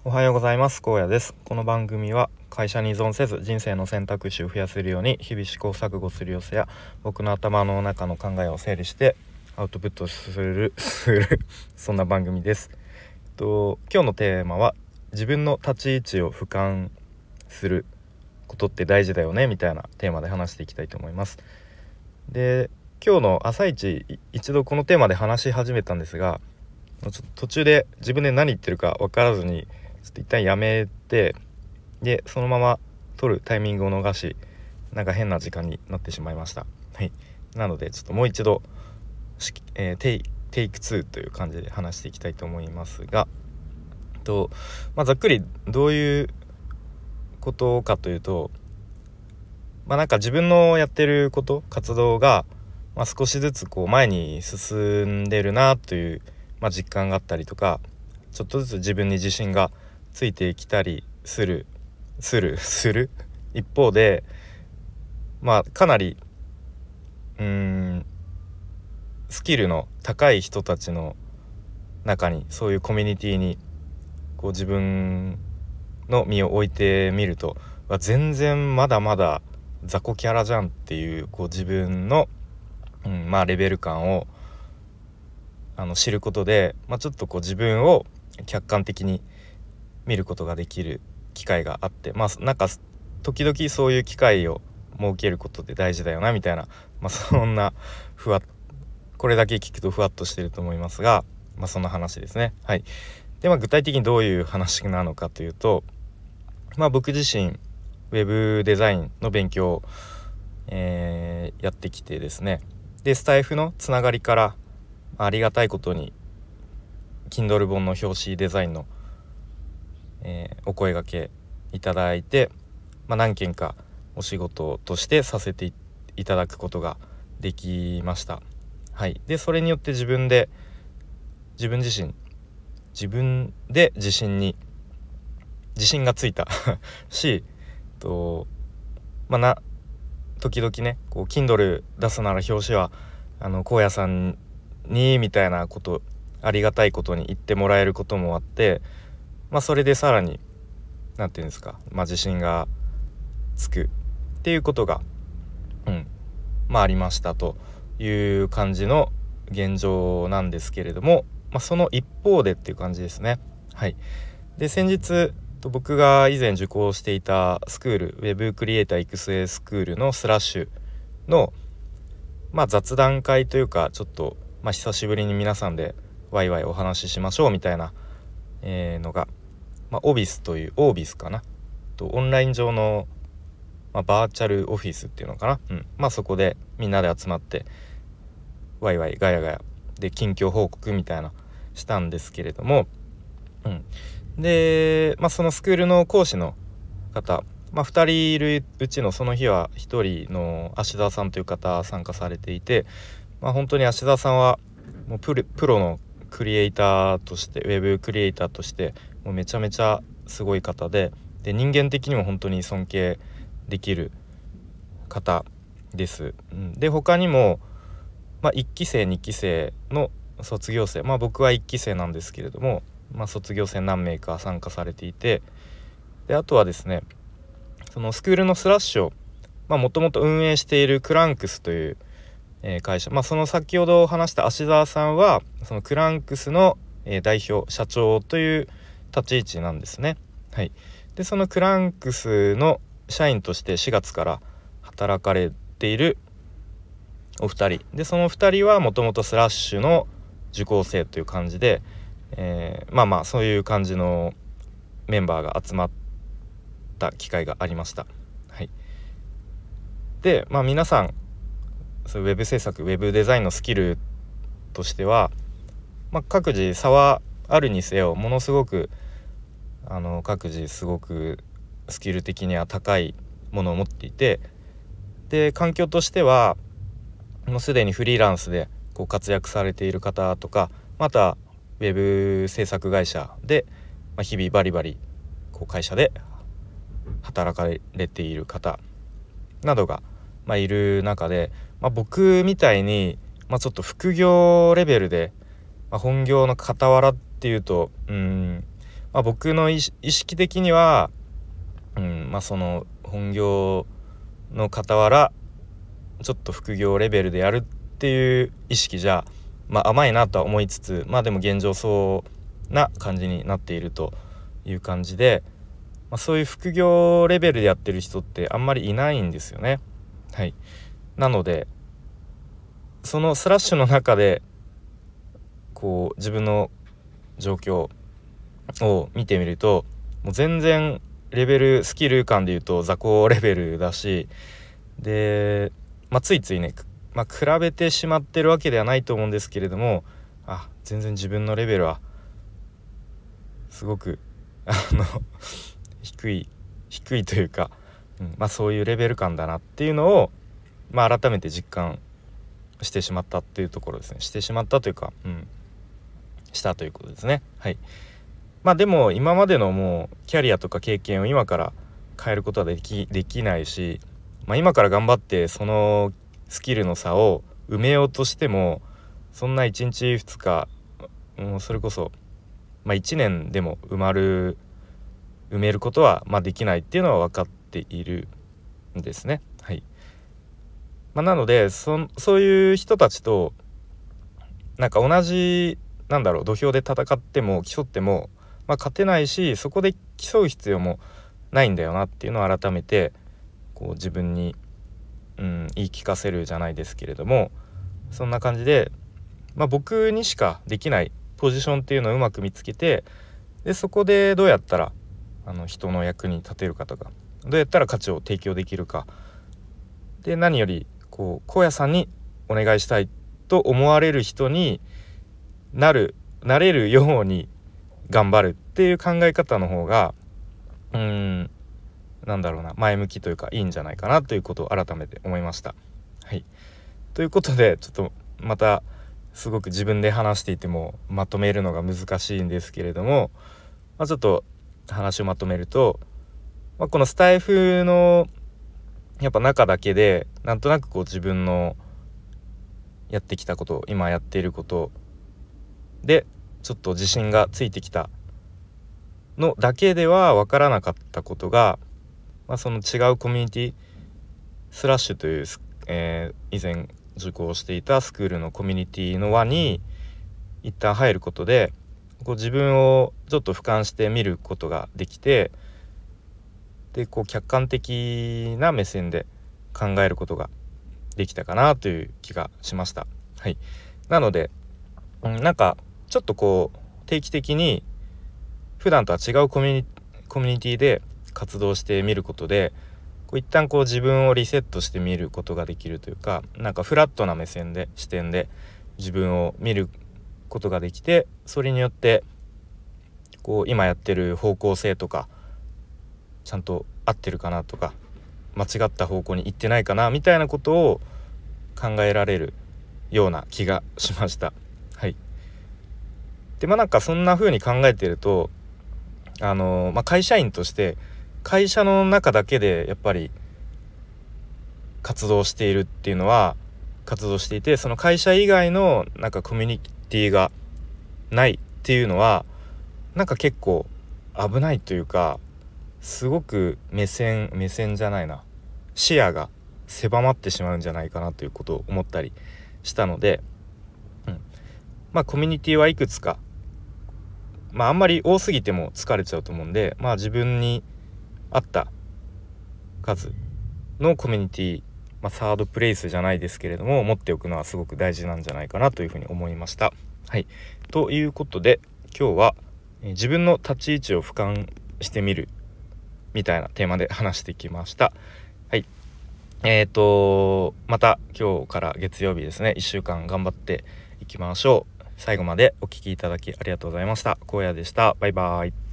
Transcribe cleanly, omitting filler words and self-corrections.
おはようございます。荒野です。この番組は会社に依存せず人生の選択肢を増やせるように日々試行錯誤する様子や僕の頭の中の考えを整理してアウトプットするそんな番組です。今日のテーマは自分の立ち位置を俯瞰することって大事だよねみたいなテーマで話していきたいと思います。で、今日の朝一一度このテーマで話し始めたんですが、ちょっと途中で自分で何言ってるか分からずにちょっと一旦やめて、でそのまま撮るタイミングを逃し、なんか変な時間になってしまいました。はい。なのでちょっともう一度テイク2という感じで話していきたいと思いますが、ざっくりどういうことかというと、なんか自分のやってる活動が、少しずつ前に進んでるなという、実感があったりとか、ちょっとずつ自分に自信がついてきたりする一方で、かなりスキルの高い人たちの中に、そういうコミュニティに自分の身を置いてみると、全然まだまだ雑魚キャラじゃんっていう、自分の、レベル感を知ることで、ちょっと自分を客観的に見ることができる機会があって、なんか時々そういう機会を設けることで大事だよなみたいな、そんなこれだけ聞くとふわっとしてると思いますが、そんな話ですね。はい。で、具体的にどういう話なのかというと、僕自身ウェブデザインの勉強を、やってきてですね、でスタイフのつながりからありがたいことに Kindle 本の表紙デザインの、お声掛けいただいて、何件かお仕事としてさせていただくことができました。はい。でそれによって自分で自信がついたし、時々ねKindle 出すなら表紙は荒野さんにみたいなことありがたいことに言ってもらえることもあって、それでさらになんていうんですか、自信がつくっていうことがありましたという感じの現状なんですけれども、その一方でっていう感じですね。はい。で先日僕が以前受講していたスクール、ウェブクリエイター育成スクールのスラッシュの雑談会というか、ちょっと久しぶりに皆さんでワイワイお話ししましょうみたいな、のが、オービスかなと、オンライン上の、バーチャルオフィスっていうのかな、そこでみんなで集まってワイワイガヤガヤで近況報告みたいなしたんですけれども、で、そのスクールの講師の方、2人いるうちのその日は1人の芦田さんという方参加されていて、本当に芦田さんはもうプロのクリエイターとして、ウェブクリエイターとしてもうめちゃめちゃすごい方で、人間的にも本当に尊敬できる方です。で他にも、1期生2期生の卒業生、僕は1期生なんですけれども、卒業生何名か参加されていて、であとはですね、そのスクールのスラッシュをもともと運営しているクランクスという、会社、その先ほど話した芦澤さんはそのクランクスの、代表社長という立ち位置なんですね。はい。でそのクランクスの社員として4月から働かれているお二人で、その二人はもともとスラッシュの受講生という感じで、そういう感じのメンバーが集まった機会がありました。はい。で、皆さんそういうウェブ制作、ウェブデザインのスキルとしては、各自差はあるにせよ、ものすごく各自すごくスキル的には高いものを持っていて、で環境としてはもうすでにフリーランスで活躍されている方とか、またウェブ制作会社で、日々バリバリ会社で働かれている方などが、いる中で、僕みたいに、ちょっと副業レベルで、本業の傍らっていうと僕の意識的には、その本業の傍らちょっと副業レベルでやるっていう意識じゃ、甘いなとは思いつつ、でも現状そうな感じになっているという感じで、そういう副業レベルでやってる人ってあんまりいないんですよね。はい。なのでそのスラッシュの中でこう自分の状況を見てみると、もう全然レベルスキル感で言うと雑魚レベルだし、で、ついついね、比べてしまってるわけではないと思うんですけれども、全然自分のレベルはすごく低いというか、そういうレベル感だなっていうのを、改めて実感してしまったっていうところですね。してしまったというか、したということですね。はい。でも今までのもうキャリアとか経験を今から変えることはできないし、今から頑張ってそのスキルの差を埋めようとしても、そんな1日2日、もうそれこそ、1年でも埋めることはできないっていうのは分かっているんですね。はい。なのでそういう人たちと同じ土俵で戦っても競っても、勝てないし、そこで競う必要もないんだよなっていうのを改めてこう自分に、言い聞かせるじゃないですけれども、そんな感じで、僕にしかできないポジションっていうのをうまく見つけて、でそこでどうやったら人の役に立てるかとか、どうやったら価値を提供できるかで、何より荒野さんにお願いしたいと思われる人になれるように頑張るっていう考え方の方が前向きというかいいんじゃないかなということを改めて思いました。はい。ということで、ちょっとまたすごく自分で話していてもまとめるのが難しいんですけれども、ちょっと話をまとめると、このスタイフのやっぱ中だけでなんとなく自分のやってきたこと、今やっていることでちょっと自信がついてきたのだけでは分からなかったことが、その違うコミュニティスラッシュという、以前受講していたスクールのコミュニティの輪に一旦入ることで、自分をちょっと俯瞰して見ることができて、で客観的な目線で考えることができたかなという気がしました。はい。なので、ちょっと定期的に普段とは違うコミュニティで活動してみることで、一旦自分をリセットしてみることができるというか、フラットな目線で視点で自分を見ることができて、それによって今やってる方向性とかちゃんと合ってるかなとか、間違った方向に行ってないかなみたいなことを考えられるような気がしました。はい。でそんな風に考えてると、会社員として会社の中だけでやっぱり活動しているっていうのは活動していて、その会社以外のコミュニティがないっていうのは結構危ないというか、すごく目線じゃないな、視野が狭まってしまうんじゃないかなということを思ったりしたので、コミュニティはいくつか、あんまり多すぎても疲れちゃうと思うんで、自分に合った数のコミュニティ、サードプレイスじゃないですけれども持っておくのはすごく大事なんじゃないかなというふうに思いました。はい。ということで今日は自分の立ち位置を俯瞰してみるみたいなテーマで話してきました。はい。また今日から月曜日ですね、1週間頑張っていきましょう。最後までお聞きいただきありがとうございました。荒野でした。バイバイ。